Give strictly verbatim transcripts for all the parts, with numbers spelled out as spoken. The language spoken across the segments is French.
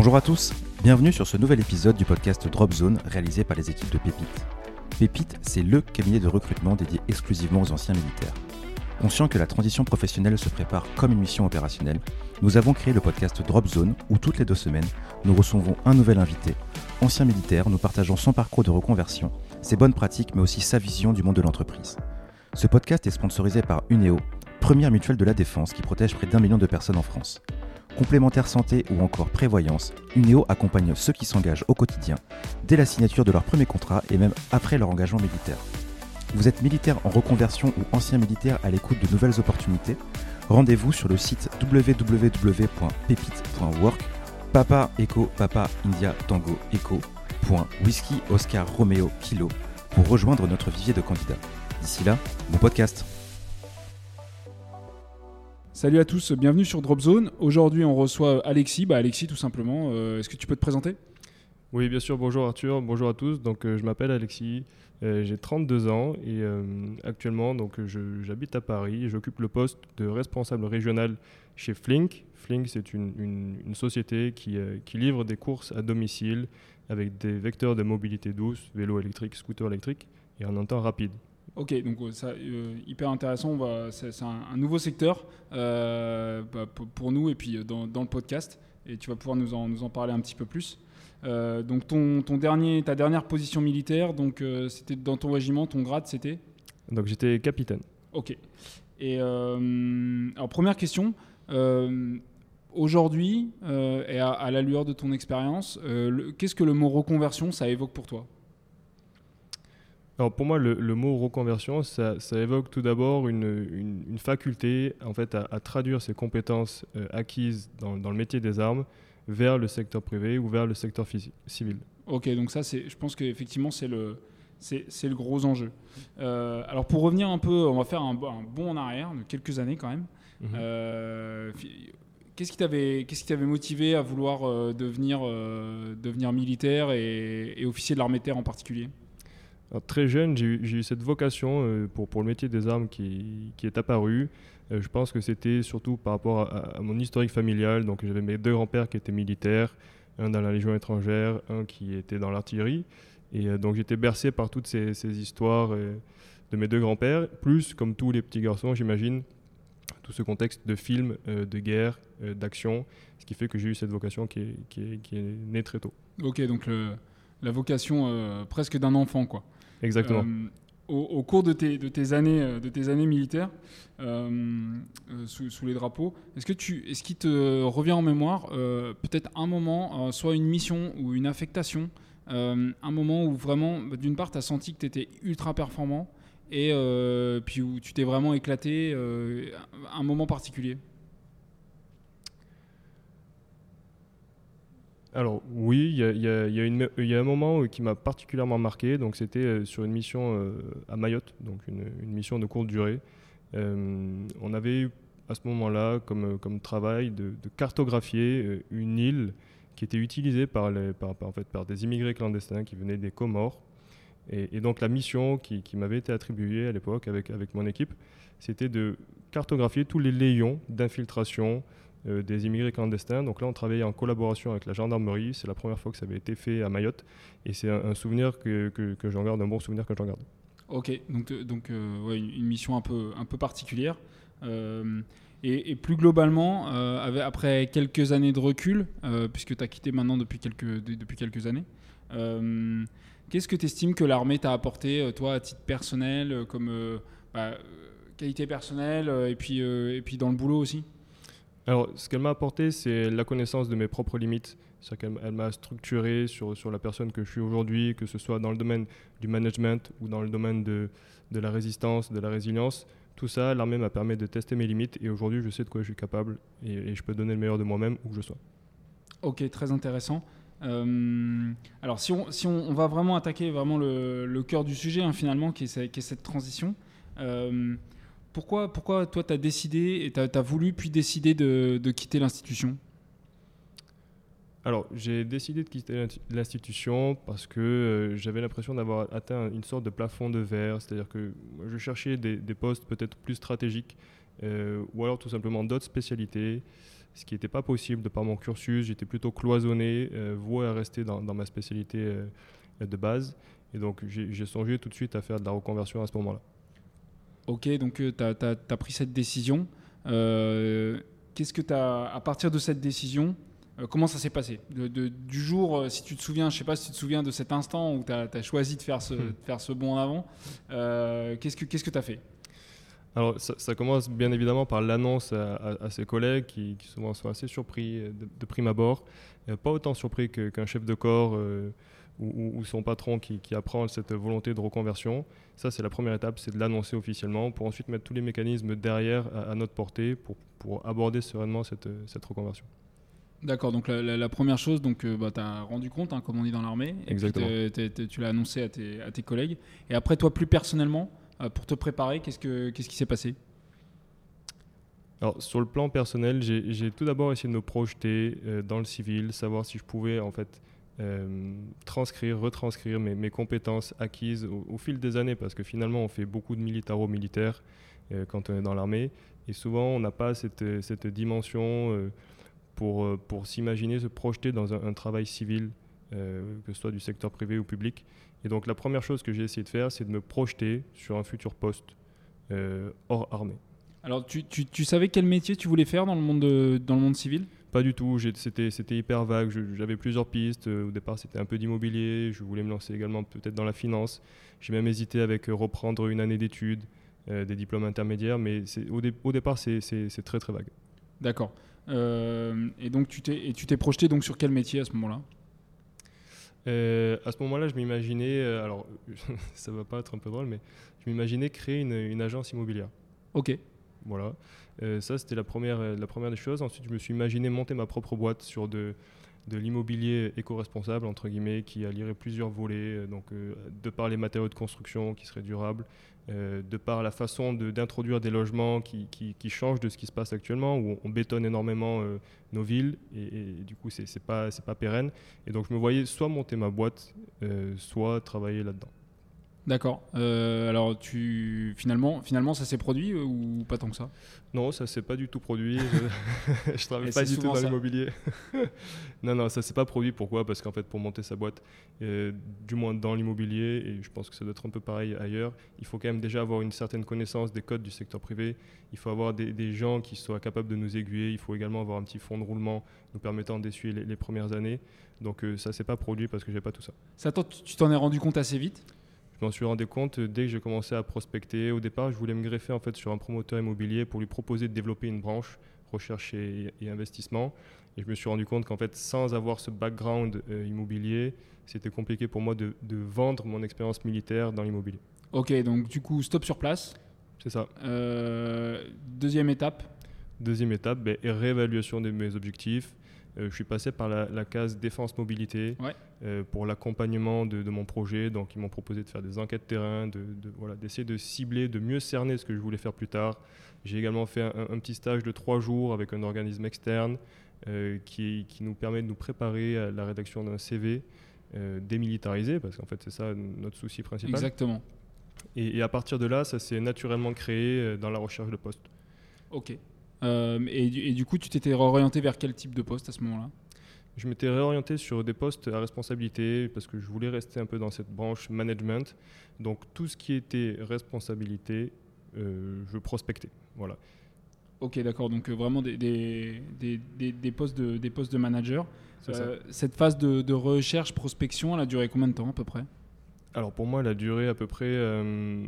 Bonjour à tous, bienvenue sur ce nouvel épisode du podcast Drop Zone réalisé par les équipes de Pépite. Pépite, c'est le cabinet de recrutement dédié exclusivement aux anciens militaires. Conscient que la transition professionnelle se prépare comme une mission opérationnelle, nous avons créé le podcast Drop Zone où toutes les deux semaines, nous recevons un nouvel invité, ancien militaire, nous partageons son parcours de reconversion, ses bonnes pratiques mais aussi sa vision du monde de l'entreprise. Ce podcast est sponsorisé par Uneo, première mutuelle de la défense qui protège près d'un million de personnes en France. Complémentaire santé ou encore prévoyance, Uneo accompagne ceux qui s'engagent au quotidien, dès la signature de leur premier contrat et même après leur engagement militaire. Vous êtes militaire en reconversion ou ancien militaire à l'écoute de nouvelles opportunités? Rendez-vous sur le site w w w point pépite point work, Papa Echo Papa India Tango Echo, point Whisky Oscar Romeo Kilo, pour rejoindre notre vivier de candidats. D'ici là, bon podcast. Salut à tous, bienvenue sur Drop Zone. Aujourd'hui, on reçoit Alexis. Bah, Alexis, tout simplement. Euh, est-ce que tu peux te présenter ? Oui, bien sûr. Bonjour Arthur, bonjour à tous. Donc, euh, je m'appelle Alexis, euh, j'ai trente-deux ans et euh, actuellement, donc, je, j'habite à Paris et j'occupe le poste de responsable régional chez Flink. Flink, c'est une, une, une société qui, euh, qui livre des courses à domicile avec des vecteurs de mobilité douce, vélo électrique, scooter électrique et en un temps rapide. Ok, donc ça, euh, hyper intéressant. On va, c'est, c'est un, un nouveau secteur euh, bah, pour, pour nous et puis dans, dans le podcast. Et tu vas pouvoir nous en, nous en parler un petit peu plus. Euh, donc ton, ton dernier, ta dernière position militaire, donc euh, c'était dans ton régiment, ton grade, c'était ? Donc j'étais capitaine. Ok. Et euh, alors première question. Euh, aujourd'hui, euh, et à, à la lueur de ton expérience, euh, le, qu'est-ce que le mot reconversion, ça évoque pour toi ? Alors pour moi, le, le mot reconversion, ça, ça évoque tout d'abord une, une, une faculté en fait, à, à traduire ses compétences euh, acquises dans, dans le métier des armes vers le secteur privé ou vers le secteur physique, civil. Ok, donc ça, c'est, je pense qu'effectivement, c'est le, c'est, c'est le gros enjeu. Euh, alors pour revenir un peu, on va faire un, un bond en arrière de quelques années quand même. Mm-hmm. Euh, qu'est-ce qui t'avait, qu'est-ce qui t'avait motivé à vouloir euh, devenir, euh, devenir militaire et, et officier de l'armée de terre en particulier ? Alors, très jeune, j'ai eu, j'ai eu cette vocation euh, pour, pour le métier des armes qui, qui est apparue. Euh, je pense que c'était surtout par rapport à, à mon historique familial. Donc, j'avais mes deux grands-pères qui étaient militaires, un dans la Légion étrangère, un qui était dans l'artillerie. Et euh, donc, j'étais bercé par toutes ces, ces histoires euh, de mes deux grands-pères, plus, comme tous les petits garçons, j'imagine, tout ce contexte de films, euh, de guerre, euh, d'action, ce qui fait que j'ai eu cette vocation qui est, qui est, qui est née très tôt. Ok, donc le, la vocation euh, presque d'un enfant, quoi. Exactement. Euh, au, au cours de tes, de tes, années, de tes années militaires, euh, euh, sous, sous les drapeaux, est-ce, que tu, est-ce qu'il te revient en mémoire euh, peut-être un moment, euh, soit une mission ou une affectation, euh, un moment où vraiment, d'une part, tu as senti que tu étais ultra performant et euh, puis où tu t'es vraiment éclaté, euh, un moment particulier ? Alors oui, il y a, y, a, y, a une, y a un moment qui m'a particulièrement marqué, donc c'était sur une mission euh, à Mayotte, donc une, une mission de courte durée. Euh, on avait eu à ce moment-là comme, comme travail de, de cartographier une île qui était utilisée par, les, par, par, en fait, par des immigrés clandestins qui venaient des Comores. Et, et donc la mission qui, qui m'avait été attribuée à l'époque avec, avec mon équipe, c'était de cartographier tous les layons d'infiltration Euh, des immigrés clandestins. Donc là, on travaillait en collaboration avec la gendarmerie. C'est la première fois que ça avait été fait à Mayotte. Et c'est un, un souvenir que, que, que j'en garde, un bon souvenir que j'en garde. Ok, donc, donc euh, ouais, une mission un peu, un peu particulière. Euh, et, et plus globalement, euh, avec, après quelques années de recul, euh, puisque tu as quitté maintenant depuis quelques, de, depuis quelques années, euh, qu'est-ce que tu estimes que l'armée t'a apporté, toi, à titre personnel, comme euh, bah, qualité personnelle, et puis, euh, et puis dans le boulot aussi ? Alors, ce qu'elle m'a apporté, c'est la connaissance de mes propres limites. C'est-à-dire qu'elle elle m'a structuré sur, sur la personne que je suis aujourd'hui, que ce soit dans le domaine du management ou dans le domaine de, de la résistance, de la résilience. Tout ça, l'armée m'a permis de tester mes limites et aujourd'hui, je sais de quoi je suis capable et, et je peux donner le meilleur de moi-même où que je sois. Ok, très intéressant. Euh, alors, si, on, si on, on va vraiment attaquer vraiment le, le cœur du sujet, hein, finalement, qui est, qui est cette transition, euh, Pourquoi, pourquoi toi, tu as décidé et tu as voulu puis décider de, de quitter l'institution ? Alors, j'ai décidé de quitter l'institution parce que euh, j'avais l'impression d'avoir atteint une sorte de plafond de verre. C'est-à-dire que je cherchais des, des postes peut-être plus stratégiques euh, ou alors tout simplement d'autres spécialités. ce qui n'était pas possible de par mon cursus. J'étais plutôt cloisonné, euh, voué à rester dans, dans ma spécialité euh, de base. Et donc, j'ai, j'ai songé tout de suite à faire de la reconversion à ce moment-là. Ok, donc euh, tu as pris cette décision. Euh, qu'est-ce que tu as, à partir de cette décision, euh, comment ça s'est passé de, de, du jour, euh, si tu te souviens, je ne sais pas si tu te souviens de cet instant où tu as choisi de faire ce, de faire ce bond en avant, euh, qu'est-ce que qu'est-ce que tu as fait? Alors, ça, ça commence bien évidemment par l'annonce à, à, à ses collègues qui, qui souvent sont assez surpris de, de prime abord. Euh, pas autant surpris que, qu'un chef de corps euh, ou, ou son patron qui, qui apprend cette volonté de reconversion. Ça, c'est la première étape, c'est de l'annoncer officiellement pour ensuite mettre tous les mécanismes derrière à, à notre portée pour, pour aborder sereinement cette, cette reconversion. D'accord, donc la, la, la première chose, donc euh, bah, tu as rendu compte, hein, comme on dit dans l'armée, et exactement. Puis t'es, t'es, tu l'as annoncé à tes, à tes collègues. Et après, toi, plus personnellement, euh, pour te préparer, qu'est-ce, que, qu'est-ce qui s'est passé? Alors, sur le plan personnel, j'ai, j'ai tout d'abord essayé de me projeter euh, dans le civil, savoir si je pouvais en fait euh, transcrire, retranscrire mes, mes compétences acquises au, au fil des années, parce que finalement, on fait beaucoup de militaro-militaire euh, quand on est dans l'armée, et souvent, on n'a pas cette, cette dimension euh, pour, pour s'imaginer, se projeter dans un, un travail civil, euh, que ce soit du secteur privé ou public. Et donc, la première chose que j'ai essayé de faire, c'est de me projeter sur un futur poste euh, hors armée. Alors, tu, tu, tu savais quel métier tu voulais faire dans le monde, de, dans le monde civil? Pas du tout, j'ai, c'était, c'était hyper vague, je, j'avais plusieurs pistes. Au départ, c'était un peu d'immobilier, je voulais me lancer également peut-être dans la finance. J'ai même hésité avec euh, reprendre une année d'études, euh, des diplômes intermédiaires, mais c'est, au, dé, au départ, c'est, c'est, c'est très très vague. D'accord. Euh, et donc, tu t'es, et tu t'es projeté donc sur quel métier à ce moment-là? Euh, à ce moment-là, je m'imaginais, euh, alors ça va pas être un peu drôle, mais je m'imaginais créer une, une agence immobilière. Ok. Voilà, euh, ça c'était la première, euh, la première des choses. Ensuite, je me suis imaginé monter ma propre boîte sur de, de l'immobilier éco-responsable, entre guillemets, qui allierait plusieurs volets, euh, donc euh, de par les matériaux de construction qui seraient durables, euh, de par la façon de, d'introduire des logements qui, qui, qui changent de ce qui se passe actuellement, où on bétonne énormément euh, nos villes, et, et, et du coup, c'est, c'est pas, c'est pas pérenne. Et donc, je me voyais soit monter ma boîte, euh, soit travailler là-dedans. D'accord. Euh, alors, tu finalement, finalement, ça s'est produit euh, ou pas tant que ça? Non, ça s'est pas du tout produit. Je, je travaille Et pas du tout dans ça. l'immobilier. non, non, ça s'est pas produit. Pourquoi? Parce qu'en fait, pour monter sa boîte, euh, du moins dans l'immobilier, et je pense que ça doit être un peu pareil ailleurs, il faut quand même déjà avoir une certaine connaissance des codes du secteur privé. Il faut avoir des, des gens qui soient capables de nous aiguiller. Il faut également avoir un petit fonds de roulement nous permettant d'essuyer les, les premières années. Donc, euh, ça s'est pas produit parce que j'ai pas tout ça. Ça, toi, tu t'en es rendu compte assez vite? Je m'en suis rendu compte dès que j'ai commencé à prospecter. Au départ, je voulais me greffer en fait sur un promoteur immobilier pour lui proposer de développer une branche recherche et, et investissement. Et je me suis rendu compte qu'en fait, sans avoir ce background euh, immobilier, c'était compliqué pour moi de, de vendre mon expérience militaire dans l'immobilier. Ok, donc du coup, stop sur place. C'est ça. Euh, deuxième étape. Deuxième étape, ben, réévaluation de mes objectifs. Euh, je suis passé par la, la case défense mobilité ouais. euh, pour l'accompagnement de, de mon projet. Donc, ils m'ont proposé de faire des enquêtes terrain, de, de, voilà, d'essayer de cibler, de mieux cerner ce que je voulais faire plus tard. J'ai également fait un, un petit stage de trois jours avec un organisme externe euh, qui, qui nous permet de nous préparer à la rédaction d'un C V euh, démilitarisé, parce qu'en fait, c'est ça notre souci principal. Exactement. Et, et à partir de là, ça s'est naturellement créé euh, dans la recherche de poste. Ok. Euh, et, et du coup, tu t'étais réorienté vers quel type de poste à ce moment-là? Je m'étais réorienté sur des postes à responsabilité parce que je voulais rester un peu dans cette branche management. Donc tout ce qui était responsabilité, euh, je prospectais. Voilà. Ok, d'accord. Donc euh, vraiment des, des, des, des, des, postes de, des postes de manager. Euh, cette phase de, de recherche, prospection, elle a duré combien de temps à peu près? Alors pour moi, elle a duré à peu près, euh,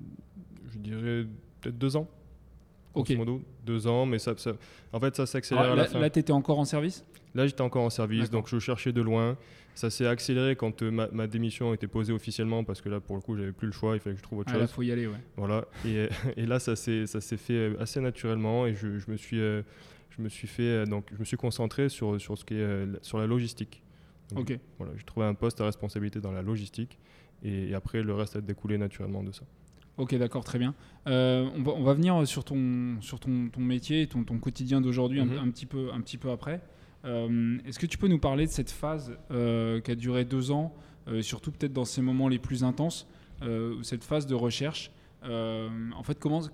je dirais peut-être deux ans. Ok. Grosso modo, deux ans, mais ça, ça, en fait, ça s'accélère Alors, à la là, fin. Là, tu étais encore en service? Là, j'étais encore en service, D'accord. donc je cherchais de loin. Ça s'est accéléré quand euh, ma, ma démission a été posée officiellement, parce que là, pour le coup, j'avais plus le choix, il fallait que je trouve autre ah, chose. Là, faut y aller, ouais. Voilà. Et, et là, ça s'est, ça s'est fait assez naturellement, et je, je me suis, euh, je me suis fait, euh, donc, je me suis concentré sur sur ce qui est euh, sur la logistique. Donc, ok. Voilà, j'ai trouvé un poste à responsabilité dans la logistique, et, et après, le reste a découlé naturellement de ça. Ok, d'accord, très bien. Euh, on, va, on va venir sur ton, sur ton, ton métier, ton, ton quotidien d'aujourd'hui mm-hmm. un, un, petit peu, un petit peu après. Euh, est-ce que tu peux nous parler de cette phase euh, qui a duré deux ans, euh, surtout peut-être dans ces moments les plus intenses, euh, cette phase de recherche euh, en fait, comment,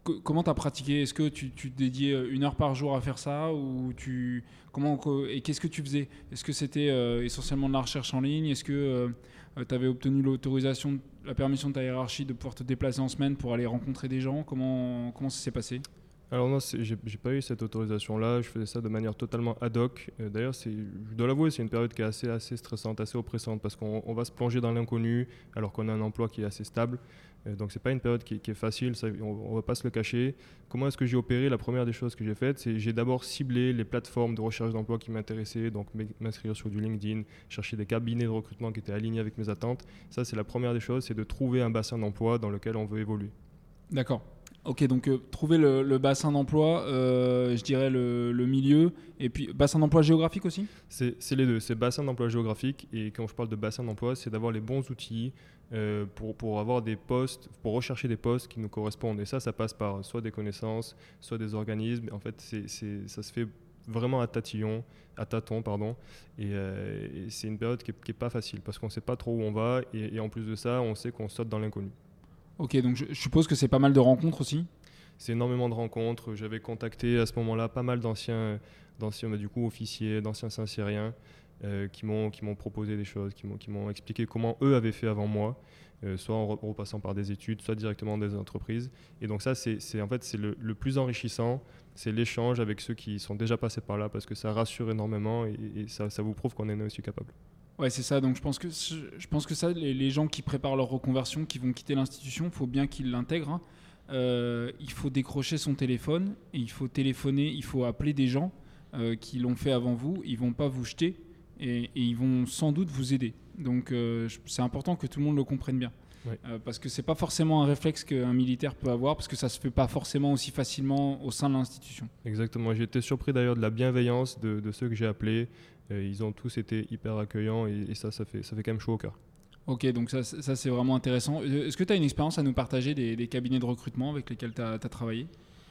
co- comment tu as pratiqué? Est-ce que tu, tu te dédiais une heure par jour à faire ça ou tu, comment, co- et qu'est-ce que tu faisais? Est-ce que c'était euh, essentiellement de la recherche en ligne? Est-ce que tu avais obtenu l'autorisation, la permission de ta hiérarchie de pouvoir te déplacer en semaine pour aller rencontrer des gens? Comment, comment ça s'est passé? Alors non, c'est- j'ai j'ai pas eu cette autorisation-là, je faisais ça de manière totalement ad hoc. Euh, D'ailleurs, c'est- je dois l'avouer, c'est une période qui est assez, assez stressante, assez oppressante, parce qu'on on va se plonger dans l'inconnu alors qu'on a un emploi qui est assez stable. Euh, donc c'est pas une période qui, qui est facile, ça, on, on va pas se le cacher. Comment est-ce que j'ai opéré? La première des choses que j'ai faites, c'est j'ai d'abord ciblé les plateformes de recherche d'emploi qui m'intéressaient, donc m'in- m'inscrire sur du LinkedIn, chercher des cabinets de recrutement qui étaient alignés avec mes attentes. Ça, c'est la première des choses, c'est de trouver un bassin d'emploi dans lequel on veut évoluer. D'accord. Ok, donc euh, trouver le, le bassin d'emploi, euh, je dirais le, le milieu, et puis bassin d'emploi géographique aussi? C'est c'est les deux, c'est bassin d'emploi géographique et quand je parle de bassin d'emploi, c'est d'avoir les bons outils euh, pour, pour avoir des postes, pour rechercher des postes qui nous correspondent. Et ça, ça passe par soit des connaissances, soit des organismes. En fait, c'est, c'est, ça se fait vraiment à tatillon, à tâtons, pardon. Et, euh, et c'est une période qui n'est pas facile parce qu'on ne sait pas trop où on va et, et en plus de ça, on sait qu'on saute dans l'inconnu. Ok, donc je, je suppose que c'est pas mal de rencontres aussi? C'est énormément de rencontres. J'avais contacté à ce moment-là pas mal d'anciens, d'anciens bah, du coup, officiers, d'anciens Saint-Cyriens euh, qui, m'ont, qui m'ont proposé des choses, qui m'ont, qui m'ont expliqué comment eux avaient fait avant moi, euh, soit en re- repassant par des études, soit directement dans des entreprises. Et donc ça, c'est, c'est, en fait, c'est le, le plus enrichissant, c'est l'échange avec ceux qui sont déjà passés par là parce que ça rassure énormément et, et ça, ça vous prouve qu'on en est aussi capable. Ouais, c'est ça. Donc je pense que je pense que ça, les, les gens qui préparent leur reconversion, qui vont quitter l'institution, il faut bien qu'ils l'intègrent, hein. Euh, il faut décrocher son téléphone et il faut téléphoner, il faut appeler des gens euh, qui l'ont fait avant vous. Ils vont pas vous jeter et, et ils vont sans doute vous aider. Donc euh, je- c'est important que tout le monde le comprenne bien. Ouais. Euh, parce que c'est pas forcément un réflexe qu'un militaire peut avoir, parce que ça se fait pas forcément aussi facilement au sein de l'institution. Exactement. J'ai été surpris d'ailleurs de la bienveillance de, de ceux que j'ai appelés. Euh, ils ont tous été hyper accueillants et, et ça, ça fait, ça fait quand même chaud au cœur. Ok, donc ça, ça c'est vraiment intéressant. Euh, Est-ce que tu as une expérience à nous partager des, des cabinets de recrutement avec lesquels tu as travaillé?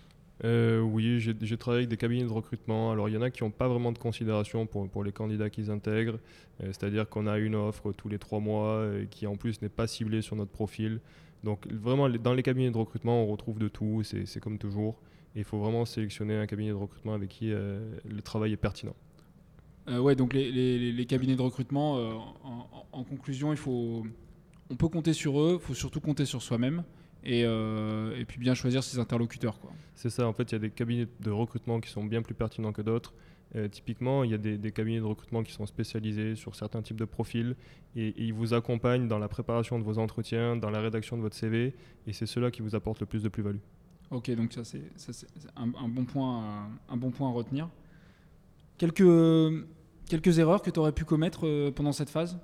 Euh, oui, j'ai j'ai travaillé avec des cabinets de recrutement. Alors, il y en a qui n'ont pas vraiment de considération pour, pour les candidats qu'ils intègrent. Euh, C'est-à-dire qu'on a une offre tous les trois mois euh, qui, en plus, n'est pas ciblée sur notre profil. Donc, vraiment, les- dans les cabinets de recrutement, on retrouve de tout. C'est c'est comme toujours. Et il faut vraiment sélectionner un cabinet de recrutement avec qui euh, le travail est pertinent. Euh, ouais, donc les, les- les cabinets de recrutement, euh, en, en- en conclusion, il faut, on peut compter sur eux, il faut surtout compter sur soi-même et, euh, et puis bien choisir ses interlocuteurs, quoi. C'est ça, en fait, il y a des cabinets de recrutement qui sont bien plus pertinents que d'autres. Euh, typiquement, il y a des, des cabinets de recrutement qui sont spécialisés sur certains types de profils et, et ils vous accompagnent dans la préparation de vos entretiens, dans la rédaction de votre C V et c'est ceux-là qui vous apportent le plus de plus-value. Ok, donc ça c'est ça, c'est un, un bon point, à, un bon point à retenir. Quelques, quelques erreurs que tu aurais pu commettre euh, pendant cette phase?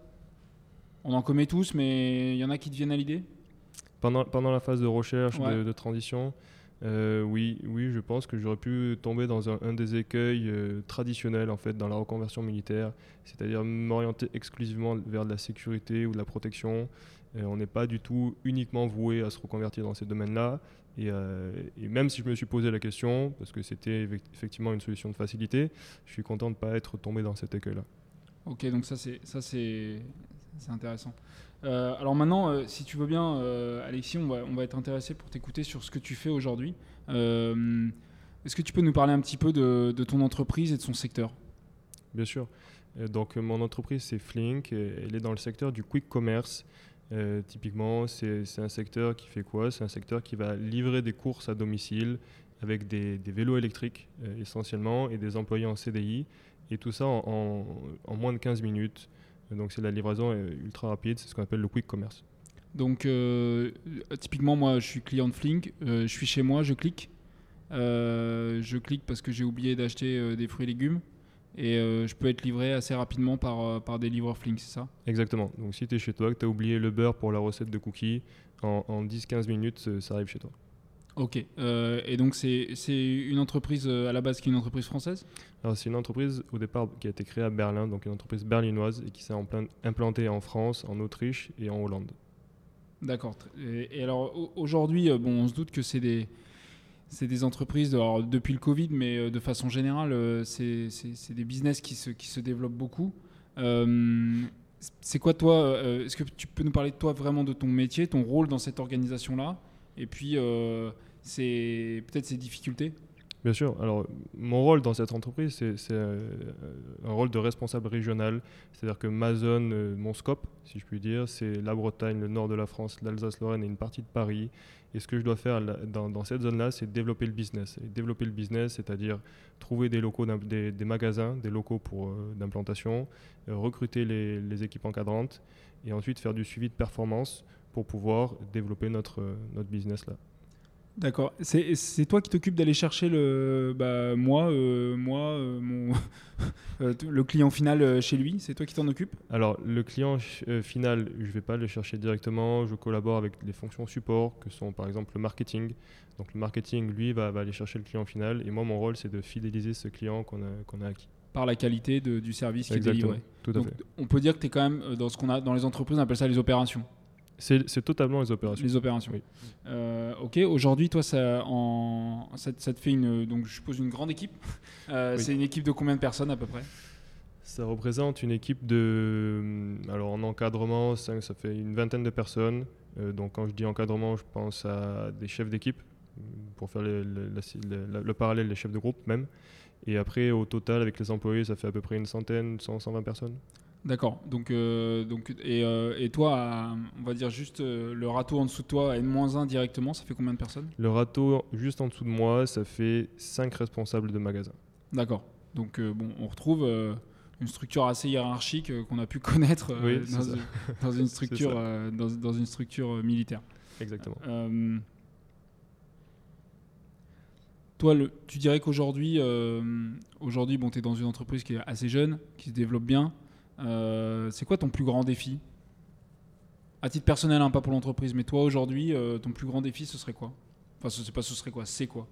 On en commet tous, mais il y en a qui te viennent à l'idée? Pendant, pendant la phase de recherche, Ouais. de, de transition, euh, oui, oui, je pense que j'aurais pu tomber dans un, un des écueils euh, traditionnels en fait, dans la reconversion militaire, c'est-à-dire m'orienter exclusivement vers de la sécurité ou de la protection. Euh, on n'est pas du tout uniquement voué à se reconvertir dans ces domaines-là. Et, euh, et même si je me suis posé la question, parce que c'était effectivement une solution de facilité, je suis content de ne pas être tombé dans cet écueil-là. Ok, donc ça c'est ça c'est c'est intéressant. Euh, alors maintenant, euh, si tu veux bien, euh, Alexis, on va on va être intéressé pour t'écouter sur ce que tu fais aujourd'hui. Euh, Est-ce que tu peux nous parler un petit peu de, de ton entreprise et de son secteur? Bien sûr. Euh, donc, euh, mon entreprise, c'est Flink. Et elle est dans le secteur du quick commerce. Euh, typiquement, c'est c'est un secteur qui fait quoi? C'est un secteur qui va livrer des courses à domicile avec des, des vélos électriques euh, essentiellement et des employés en C D I. Et tout ça en, en- en moins de quinze minutes. Euh, Donc, c'est la livraison euh, ultra rapide. C'est ce qu'on appelle le quick commerce. Donc euh, typiquement moi je suis client de Flink, euh, je suis chez moi, je clique. Euh, je clique parce que j'ai oublié d'acheter euh, des fruits et légumes et euh, je peux être livré assez rapidement par, euh, par des livreurs Flink, c'est ça? Exactement. Donc, si tu es chez toi, que tu as oublié le beurre pour la recette de cookies, en, en dix quinze minutes, euh, ça arrive chez toi. Ok. Euh, et donc c'est c'est une entreprise euh, à la base qui est une entreprise française? Alors, c'est une entreprise au départ qui a été créée à Berlin, donc une entreprise berlinoise et qui s'est en plein- implantée en France, en Autriche et en Hollande. D'accord. Et, et alors au- aujourd'hui, euh, bon, on se doute que c'est des, c'est des entreprises, de- alors, depuis le Covid, mais euh, de façon générale, euh, c'est c'est- c'est des business qui se, qui se développent beaucoup. Euh, c'est quoi toi euh, Est-ce que tu peux nous parler de toi vraiment de ton métier, ton rôle dans cette organisation-là? et puis euh, c'est, peut-être ses difficultés? Bien sûr. Alors, mon rôle dans cette entreprise, c'est, c'est euh, un rôle de responsable régional. C'est-à-dire que ma zone, euh, mon scope, si je puis dire, c'est la Bretagne, le nord de la France, l'Alsace-Lorraine et une partie de Paris. Et ce que je dois faire là, dans, dans cette zone-là, c'est développer le business. Et développer le business, c'est-à-dire trouver des locaux, des, des magasins, des locaux pour, euh, d'implantation, euh, recruter les, les équipes encadrantes et ensuite faire du suivi de performance pour pouvoir développer notre, euh, notre business là. D'accord. C'est, c'est toi qui t'occupes d'aller chercher le, bah, moi, euh, moi euh, mon euh, t- le client final euh, chez lui, c'est toi qui t'en occupes? Alors, le client euh, final, je ne vais pas le chercher directement. Je collabore avec les fonctions support, que sont par exemple le marketing. Donc, le marketing, lui, va, va aller chercher le client final. Et moi, mon rôle, c'est de fidéliser ce client qu'on a, qu'on a acquis. Par la qualité de- du service qui est Exactement, délivré. tout à Donc, fait. on peut dire que tu es quand même, euh, dans ce qu'on a dans les entreprises, on appelle ça les opérations. C'est, c'est totalement les opérations. Les opérations. Oui. Euh, ok, aujourd'hui, toi, ça, en, ça, ça te fait une, donc, je suppose une grande équipe. Euh, Oui. C'est une équipe de combien de personnes à peu près? Ça représente une équipe de... Alors, en encadrement, ça, ça fait une vingtaine de personnes. Euh, donc, quand je dis encadrement, je pense à des chefs d'équipe, pour faire le, le, le, le, le parallèle, les chefs de groupe même. Et après, au total, avec les employés, ça fait à peu près une centaine, cent, cent vingt personnes. D'accord. Donc, euh, donc, et, euh, et toi, à, on va dire juste euh, le râteau en dessous de toi, N moins un directement, ça fait combien de personnes? Le râteau, juste en dessous de moi, ça fait cinq responsables de magasin. D'accord. Donc, euh, bon, on retrouve euh, une structure assez hiérarchique euh, qu'on a pu connaître euh, Oui, c'est dans, ça. une, dans une C'est structure, ça. euh, dans, dans une structure euh, militaire. Exactement. Euh, toi, le, tu dirais qu'aujourd'hui, euh, aujourd'hui, bon, tu es dans une entreprise qui est assez jeune, qui se développe bien. Euh, c'est quoi ton plus grand défi? À titre personnel, hein, pas pour l'entreprise, mais toi, aujourd'hui, euh, ton plus grand défi, ce serait quoi? Enfin, ce n'est pas ce serait quoi, c'est quoi?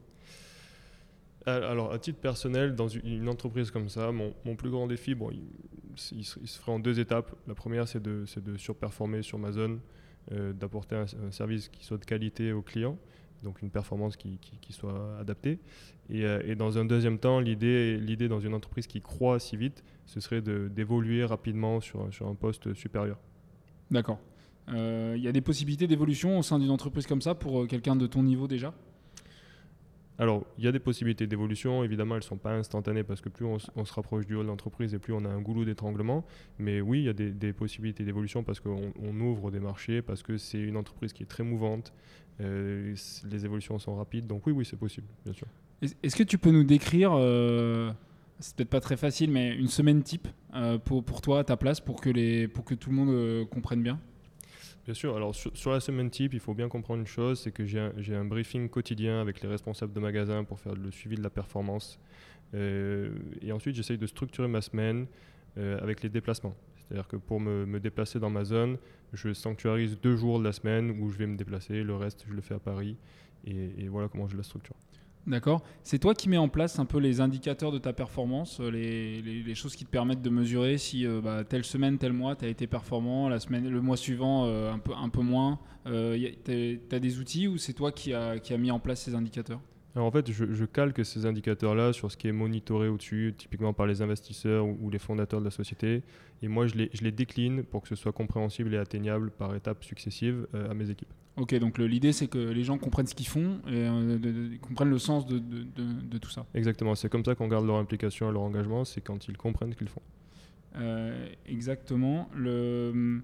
Alors, à titre personnel, dans une entreprise comme ça, mon, mon plus grand défi, bon, il, il, se, il se ferait en deux étapes. La première, c'est de, c'est de surperformer sur ma zone, euh, d'apporter un, un service qui soit de qualité aux clients, donc une performance qui, qui, qui soit adaptée. Et, euh, et dans un deuxième temps, l'idée, l'idée dans une entreprise qui croît si vite, ce serait de, d'évoluer rapidement sur, sur un poste supérieur. D'accord. Il euh, y a des possibilités d'évolution au sein d'une entreprise comme ça pour euh, quelqu'un de ton niveau déjà? Alors, il y a des possibilités d'évolution. Évidemment, elles ne sont pas instantanées parce que plus on, on se rapproche du haut de l'entreprise et plus on a un goulot d'étranglement. Mais oui, il y a des, des possibilités d'évolution parce qu'on on ouvre des marchés, parce que c'est une entreprise qui est très mouvante. Euh, les évolutions sont rapides. Donc oui, oui, c'est possible, bien sûr. Est-ce que tu peux nous décrire, euh, c'est peut-être pas très facile, mais une semaine type euh, pour, pour toi, à ta place, pour que, les, pour que tout le monde euh, comprenne bien? Bien sûr. Alors sur, sur la semaine type, il faut bien comprendre une chose, c'est que j'ai un, j'ai un briefing quotidien avec les responsables de magasin pour faire le suivi de la performance. Euh, et ensuite, j'essaye de structurer ma semaine euh, avec les déplacements. C'est-à-dire que pour me, me déplacer dans ma zone, je sanctuarise deux jours de la semaine où je vais me déplacer. Le reste, je le fais à Paris. Et, et voilà comment je la structure. D'accord. C'est toi qui mets en place un peu les indicateurs de ta performance, les, les, les choses qui te permettent de mesurer si euh, bah, telle semaine, tel mois, tu as été performant, la semaine, le mois suivant, euh, un, peu, un peu moins. Euh, tu as des outils ou c'est toi qui as qui a mis en place ces indicateurs? Alors en fait, je, je calque ces indicateurs-là sur ce qui est monitoré au-dessus, typiquement par les investisseurs ou, ou les fondateurs de la société. Et moi, je les, je les décline pour que ce soit compréhensible et atteignable par étapes successives euh, à mes équipes. Ok, donc le, l'idée c'est que les gens comprennent ce qu'ils font et euh, de, de, comprennent le sens de, de, de, de tout ça. Exactement, c'est comme ça qu'on garde leur implication et leur engagement, c'est quand ils comprennent ce qu'ils font. Euh, exactement. Le...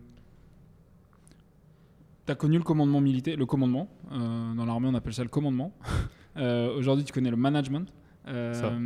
Tu as connu le commandement militaire, le commandement. Euh, dans l'armée, on appelle ça le commandement. euh, aujourd'hui, tu connais le management. Euh, ça.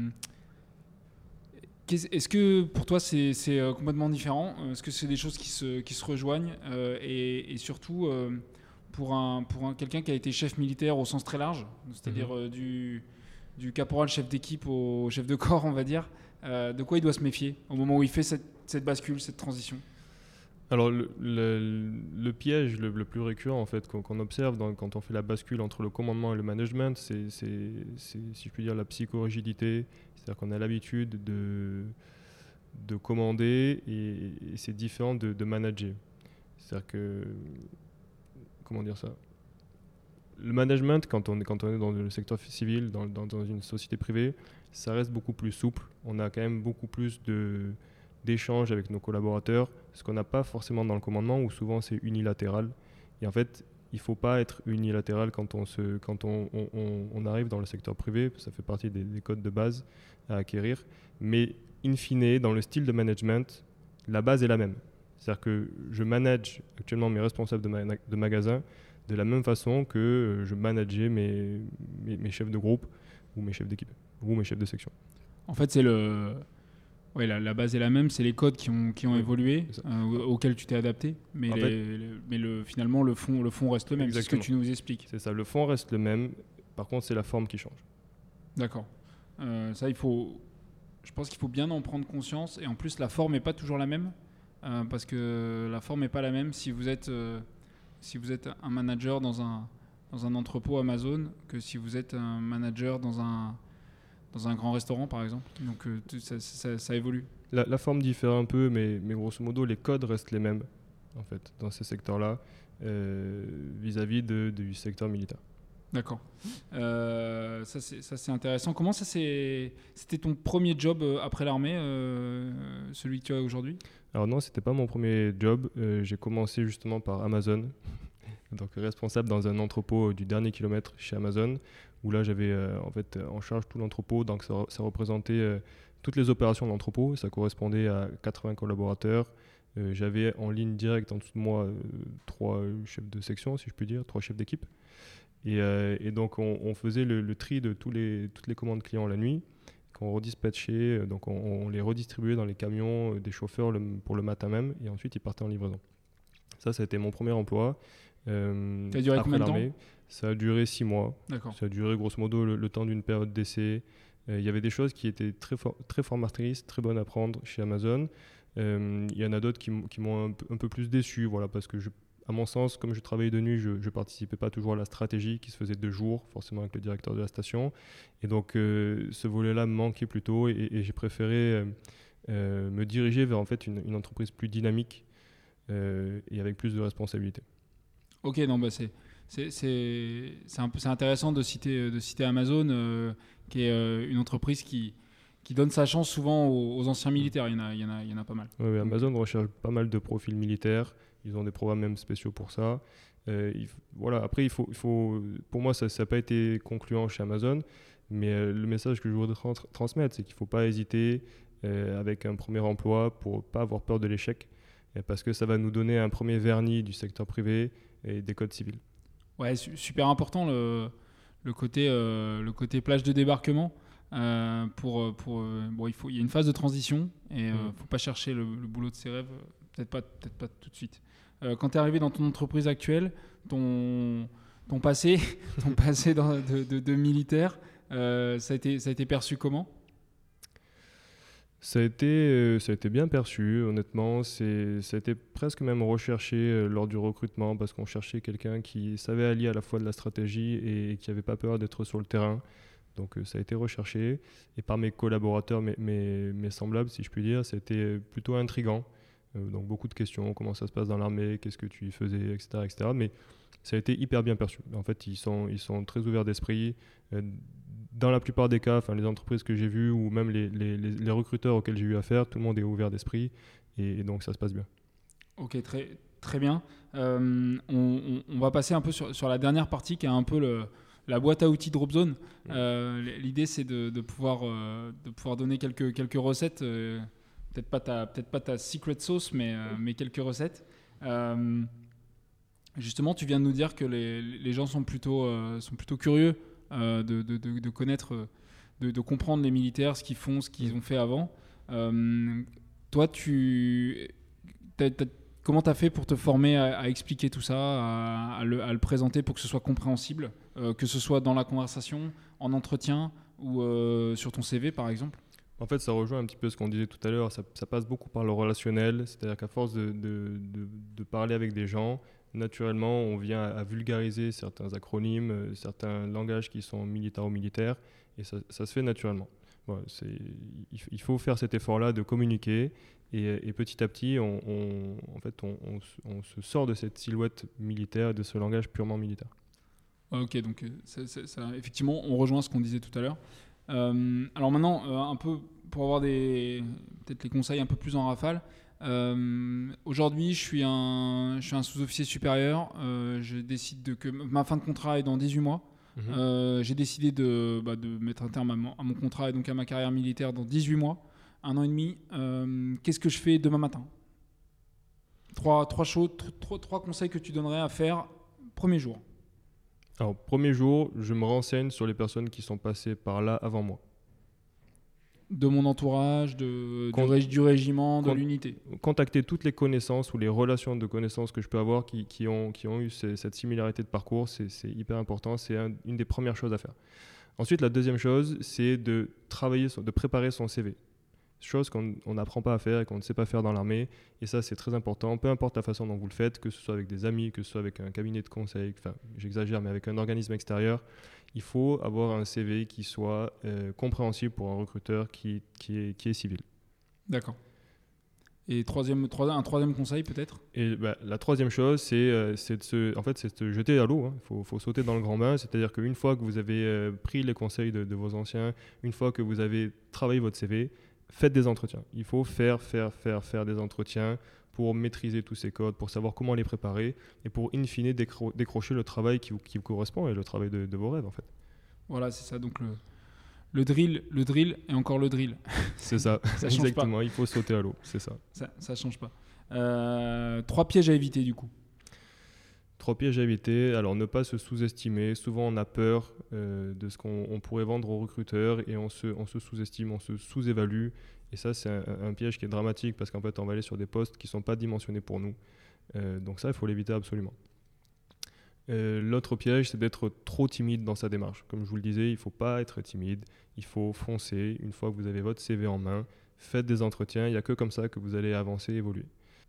Est-ce que pour toi, c'est, c'est complètement différent? Est-ce que c'est des choses qui se, qui se rejoignent euh, et, et surtout... Euh, pour, un, pour un, quelqu'un qui a été chef militaire au sens très large, c'est-à-dire mmh. euh, du, du caporal chef d'équipe au chef de corps, on va dire, euh, de quoi il doit se méfier au moment où il fait cette, cette bascule, cette transition? Alors le, le, le piège le, le plus récurrent en fait, qu'on, qu'on observe dans, quand on fait la bascule entre le commandement et le management, c'est, c'est, c'est si je puis dire la psychorigidité, c'est-à-dire qu'on a l'habitude de, de commander et, et c'est différent de, de manager. C'est-à-dire que comment dire ça? Le management, quand on est, quand on est dans le secteur civil, dans, dans, dans une société privée, ça reste beaucoup plus souple. On a quand même beaucoup plus de, d'échanges avec nos collaborateurs, ce qu'on n'a pas forcément dans le commandement, où souvent c'est unilatéral. Et en fait, il ne faut pas être unilatéral quand, on, se, quand on, on, on arrive dans le secteur privé. Ça fait partie des, des codes de base à acquérir. Mais in fine, dans le style de management, la base est la même. C'est-à-dire que je manage actuellement mes responsables de, ma, de magasin de la même façon que je manageais mes, mes, mes chefs de groupe ou mes chefs d'équipe ou mes chefs de section. En fait, c'est le... Ouais, la, la base est la même, c'est les codes qui ont, qui ont oui, évolué, euh, auxquels tu t'es adapté, mais, les, fait, les, mais le, finalement le fond, le fond reste le même, exactement. C'est ce que tu nous expliques. C'est ça, le fond reste le même, par contre c'est la forme qui change. D'accord. Euh, ça, il faut, je pense qu'il faut bien en prendre conscience, et en plus la forme n'est pas toujours la même, euh, parce que la forme n'est pas la même si vous êtes, euh, si vous êtes un manager dans un, dans un entrepôt Amazon que si vous êtes un manager dans un... dans un grand restaurant par exemple, donc euh, ça, ça, ça évolue. La, la forme diffère un peu, mais, mais grosso modo les codes restent les mêmes en fait dans ces secteurs-là euh, vis-à-vis de, de, du secteur militaire. D'accord. Euh, ça, c'est, ça c'est intéressant. Comment ça c'est, c'était ton premier job après l'armée, euh, celui que tu as aujourd'hui ? Alors non, c'était pas mon premier job. Euh, j'ai commencé justement par Amazon, donc responsable dans un entrepôt du dernier kilomètre chez Amazon, où là j'avais euh, en fait en charge tout l'entrepôt, donc ça, ça représentait euh, toutes les opérations de l'entrepôt, ça correspondait à quatre-vingts collaborateurs. Euh, j'avais en ligne directe en dessous de moi euh, trois chefs de section, si je puis dire, trois chefs d'équipe. Et, euh, et donc on, on faisait le, le tri de tous les, toutes les commandes clients la nuit, qu'on redispatchait, donc on, on les redistribuait dans les camions des chauffeurs le, pour le matin même, et ensuite ils partaient en livraison. Ça, ça a été mon premier emploi. Euh, ça a duré combien de temps ? Ça a duré six mois. D'accord. Ça a duré grosso modo le, le temps d'une période d'essai. Euh, il y avait des choses qui étaient très, for- très formatrices, très bonnes à prendre chez Amazon. Euh, il y en a d'autres qui, m- qui m'ont un, p- un peu plus déçu, voilà, parce que, je, à mon sens, comme je travaillais de nuit, je ne participais pas toujours à la stratégie qui se faisait de jour, forcément avec le directeur de la station. Et donc, euh, ce volet-là me manquait plutôt, et, et j'ai préféré euh, euh, me diriger vers en fait, une, une entreprise plus dynamique euh, et avec plus de responsabilités. Ok, non, bah c'est... C'est, c'est, c'est, un peu, c'est intéressant de citer, de citer Amazon, euh, qui est euh, une entreprise qui, qui donne sa chance souvent aux, aux anciens militaires. Il y en a, il y en a, il y en a pas mal. Oui, oui, Amazon recherche pas mal de profils militaires. Ils ont des programmes même spéciaux pour ça. Euh, il, voilà. Après, il faut, il faut, pour moi, ça n'a pas été concluant chez Amazon. Mais euh, le message que je voudrais tra- transmettre, c'est qu'il ne faut pas hésiter euh, avec un premier emploi pour ne pas avoir peur de l'échec. Parce que ça va nous donner un premier vernis du secteur privé et des codes civils. Ouais, super important le, le, côté, euh, le côté plage de débarquement. Euh, pour, pour, euh, bon, il, faut, il y a une phase de transition et il euh, ne faut pas chercher le, le boulot de ses rêves, peut-être pas, peut-être pas tout de suite. Euh, quand tu es arrivé dans ton entreprise actuelle, ton, ton passé, ton passé dans, de, de, de militaire, euh, ça, a été, ça a été perçu comment ? Ça a été, euh, ça a été bien perçu, honnêtement. C'est, ça a été presque même recherché euh, lors du recrutement parce qu'on cherchait quelqu'un qui savait allier à la fois de la stratégie et, et qui n'avait pas peur d'être sur le terrain. Donc euh, ça a été recherché. Et par mes collaborateurs, mes, mes, mes semblables, si je puis dire, c'était plutôt intriguant. Euh, donc beaucoup de questions, comment ça se passe dans l'armée, qu'est-ce que tu y faisais, et cetera, et cetera. Mais ça a été hyper bien perçu. En fait, ils sont, ils sont très ouverts d'esprit. Euh, Dans la plupart des cas, les entreprises que j'ai vues ou même les, les, les recruteurs auxquels j'ai eu affaire, tout le monde est ouvert d'esprit et, et donc ça se passe bien. Ok, très, très bien. Euh, on, on va passer un peu sur, sur la dernière partie qui est un peu le, la boîte à outils Dropzone. Mmh. Euh, l'idée, c'est de, de, pouvoir, euh, de pouvoir donner quelques, quelques recettes. Euh, peut-être pas ta, peut-être pas ta secret sauce, mais, euh, mais quelques recettes. Euh, justement, tu viens de nous dire que les, les gens sont plutôt, euh, sont plutôt curieux Euh, de, de, de, de connaître, de, de comprendre les militaires, ce qu'ils font, ce qu'ils ont fait avant. Euh, toi, tu, t'as, t'as, comment tu as fait pour te former à, à expliquer tout ça, à, à, le, à le présenter pour que ce soit compréhensible, euh, que ce soit dans la conversation, en entretien ou euh, sur ton C V par exemple ? En fait, ça rejoint un petit peu ce qu'on disait tout à l'heure. Ça, ça passe beaucoup par le relationnel, c'est-à-dire qu'à force de, de, de, de parler avec des gens, naturellement, on vient à vulgariser certains acronymes, certains langages qui sont militaro-militaires, et ça, ça se fait naturellement. Voilà, c'est, il faut faire cet effort-là de communiquer, et, et petit à petit, on, on, en fait, on, on, on se sort de cette silhouette militaire, de ce langage purement militaire. Ok, donc ça, ça, ça, effectivement, on rejoint ce qu'on disait tout à l'heure. Euh, alors maintenant, euh, un peu pour avoir des, peut-être les conseils un peu plus en rafale, Euh, aujourd'hui, je suis un, je suis un sous-officier supérieur. Euh, je décide de que ma fin de contrat est dans dix-huit mois. Mmh. Euh, j'ai décidé de, bah, de mettre un terme à mon, à mon contrat et donc à ma carrière militaire dans dix-huit mois, un an et demi. Euh, qu'est-ce que je fais demain matin ? Trois, trois, choses, trois, trois conseils que tu donnerais à faire premier jour. Alors, premier jour, je me renseigne sur les personnes qui sont passées par là avant moi. De mon entourage, de, Con- du, rég- du régiment, de con- l'unité. Contacter toutes les connaissances ou les relations de connaissances que je peux avoir qui, qui, ont, qui ont eu ces, cette similarité de parcours, c'est, c'est hyper important. C'est un, une des premières choses à faire. Ensuite, la deuxième chose, c'est de travailler, de préparer son C V. Chose qu'on n'apprend pas à faire et qu'on ne sait pas faire dans l'armée. Et ça, c'est très important. Peu importe la façon dont vous le faites, que ce soit avec des amis, que ce soit avec un cabinet de conseil, enfin, j'exagère, mais avec un organisme extérieur, il faut avoir un C V qui soit euh, compréhensible pour un recruteur qui, qui, est, qui est civil. D'accord. Et troisième, trois, un troisième conseil peut-être ? Et bah, la troisième chose, c'est, euh, c'est, de se, en fait, c'est de se jeter à l'eau. Il hein. faut, faut sauter dans le grand bain. C'est-à-dire qu'une fois que vous avez euh, pris les conseils de, de vos anciens, une fois que vous avez travaillé votre C V, faites des entretiens. Il faut faire, faire, faire, faire des entretiens pour maîtriser tous ces codes, pour savoir comment les préparer et pour, in fine, décro- décrocher le travail qui vous, qui vous correspond et le travail de, de vos rêves, en fait. Voilà, c'est ça. Donc, le, le drill, le drill et encore le drill. C'est ça, ça change exactement. Pas. Il faut sauter à l'eau, c'est ça. Ça ne change pas. Euh, trois pièges à éviter, du coup. Trois pièges à éviter. Alors, ne pas se sous-estimer. Souvent, on a peur euh, de ce qu'on on pourrait vendre aux recruteurs et on se, on se sous-estime, on se sous-évalue. Et ça, c'est un, un piège qui est dramatique parce qu'en fait, on va aller sur des postes qui ne sont pas dimensionnés pour nous. Euh, donc ça, il faut l'éviter absolument. Euh, l'autre piège, c'est d'être trop timide dans sa démarche. Comme je vous le disais, il ne faut pas être timide. Il faut foncer. Une fois que vous avez votre C V en main, faites des entretiens. Il n'y a que comme ça que vous allez avancer et évoluer.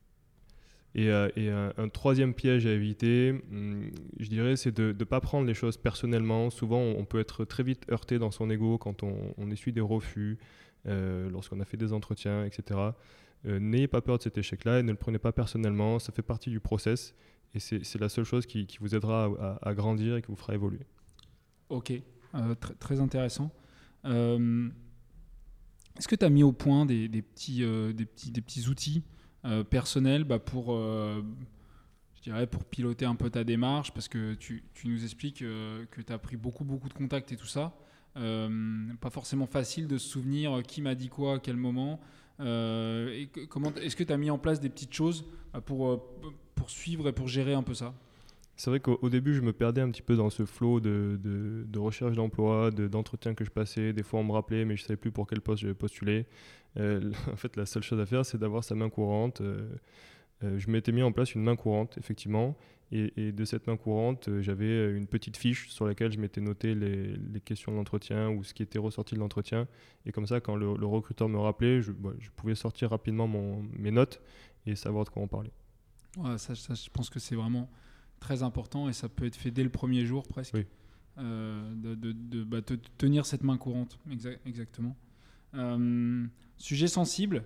Et, euh, et un, un troisième piège à éviter, hum, je dirais, c'est de ne pas prendre les choses personnellement. Souvent, on, on peut être très vite heurté dans son ego quand on, on essuie des refus, euh, lorsqu'on a fait des entretiens, et cetera. Euh, n'ayez pas peur de cet échec-là et ne le prenez pas personnellement. Ça fait partie du process et c'est, c'est la seule chose qui, qui vous aidera à, à, à grandir et qui vous fera évoluer. Ok, euh, tr- très intéressant. Euh, est-ce que tu as mis au point des, des, petits, euh, des, petits, des petits outils Euh, personnel bah pour, euh, je dirais pour piloter un peu ta démarche parce que tu, tu nous expliques euh, que tu as pris beaucoup, beaucoup de contacts et tout ça. Euh, pas forcément facile de se souvenir qui m'a dit quoi à quel moment. Euh, et que, comment, est-ce que tu as mis en place des petites choses pour, pour suivre et pour gérer un peu ça ? C'est vrai qu'au au début, je me perdais un petit peu dans ce flot de, de, de recherche d'emploi, de, d'entretien que je passais. Des fois, on me rappelait, mais je ne savais plus pour quel poste j'avais postulé. Euh, en fait, la seule chose à faire, c'est d'avoir sa main courante. Euh, euh, je m'étais mis en place une main courante, effectivement. Et, et de cette main courante, euh, j'avais une petite fiche sur laquelle je m'étais noté les, les questions de l'entretien ou ce qui était ressorti de l'entretien. Et comme ça, quand le, le recruteur me rappelait, je, bah, je pouvais sortir rapidement mon, mes notes et savoir de quoi on parlait. Ouais, ça, ça, je pense que c'est vraiment très important et ça peut être fait dès le premier jour presque. Oui. Euh, de, de, de bah, te, tenir cette main courante, Exa- exactement. Euh, sujet sensible,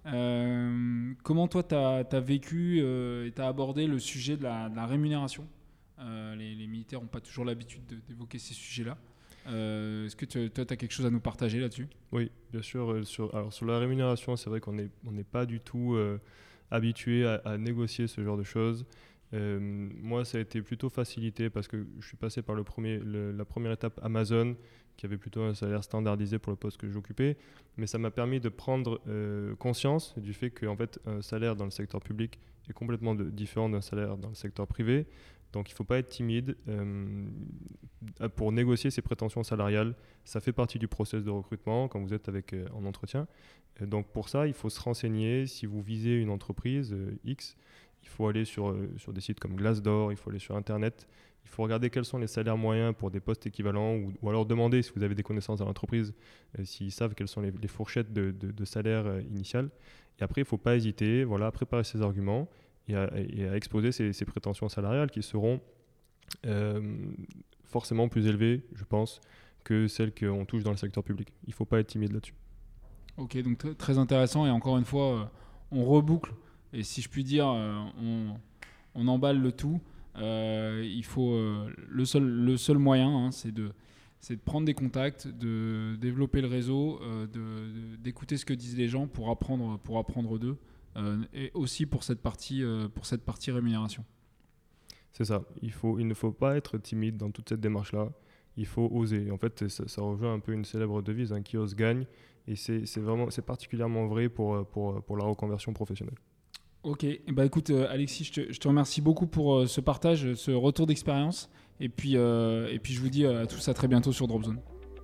euh, comment toi tu as vécu euh, et tu as abordé le sujet de la, de la rémunération ? euh, les, les militaires n'ont pas toujours l'habitude de, d'évoquer ces sujets-là. Euh, est-ce que tu, toi tu as quelque chose à nous partager là-dessus ? Oui, bien sûr. Euh, sur, alors sur la rémunération, c'est vrai qu'on n'est on n'est pas du tout euh, habitué à, à négocier ce genre de choses. Euh, moi, ça a été plutôt facilité parce que je suis passé par le premier, le, la première étape Amazon, qui avait plutôt un salaire standardisé pour le poste que j'occupais. Mais ça m'a permis de prendre euh, conscience du fait qu'en fait, un salaire dans le secteur public est complètement de, différent d'un salaire dans le secteur privé. Donc, il ne faut pas être timide euh, pour négocier ses prétentions salariales. Ça fait partie du process de recrutement quand vous êtes avec, euh, en entretien. Et donc, pour ça, il faut se renseigner. Si vous visez une entreprise euh, X, il faut aller sur, euh, sur des sites comme Glassdoor, il faut aller sur Internet, il faut regarder quels sont les salaires moyens pour des postes équivalents ou, ou alors demander, si vous avez des connaissances dans l'entreprise, euh, s'ils savent quelles sont les, les fourchettes de, de, de salaire euh, initial. Et après, il ne faut pas hésiter voilà, à préparer ses arguments et à, et à exposer ses, ses prétentions salariales qui seront euh, forcément plus élevées, je pense, que celles qu'on touche dans le secteur public. Il ne faut pas être timide là-dessus. Ok, donc t- très intéressant et encore une fois, euh, on reboucle. Et si je puis dire, euh, on, on emballe le tout. Euh, il faut euh, le seul le seul moyen, hein, c'est de c'est de prendre des contacts, de développer le réseau, euh, de, de d'écouter ce que disent les gens pour apprendre pour apprendre d'eux. euh, et aussi pour cette partie, euh, pour cette partie rémunération. C'est ça. Il, faut, il ne faut pas être timide dans toute cette démarche-là. Il faut oser. En fait, ça, ça rejoint un peu une célèbre devise, hein, qui ose gagne. Et c'est, c'est, vraiment, c'est particulièrement vrai pour, pour, pour la reconversion professionnelle. Ok. Bah, écoute, euh, Alexis, je te, je te remercie beaucoup pour euh, ce partage, ce retour d'expérience. Et puis, euh, et puis je vous dis à tous à très bientôt sur Dropzone.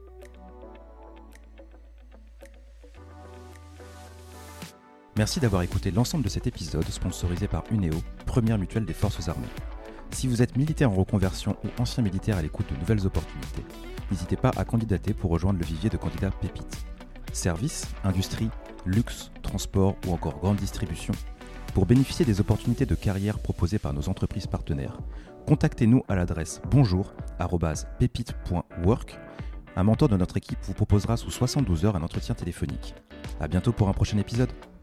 Merci d'avoir écouté l'ensemble de cet épisode sponsorisé par Uneo, première mutuelle des forces armées. Si vous êtes militaire en reconversion ou ancien militaire à l'écoute de nouvelles opportunités, n'hésitez pas à candidater pour rejoindre le vivier de candidats pépites. Services, industrie, luxe, transport ou encore grande distribution. Pour bénéficier des opportunités de carrière proposées par nos entreprises partenaires, contactez-nous à l'adresse bonjour arobase pépite point work. Un mentor de notre équipe vous proposera sous soixante-douze heures un entretien téléphonique. À bientôt pour un prochain épisode.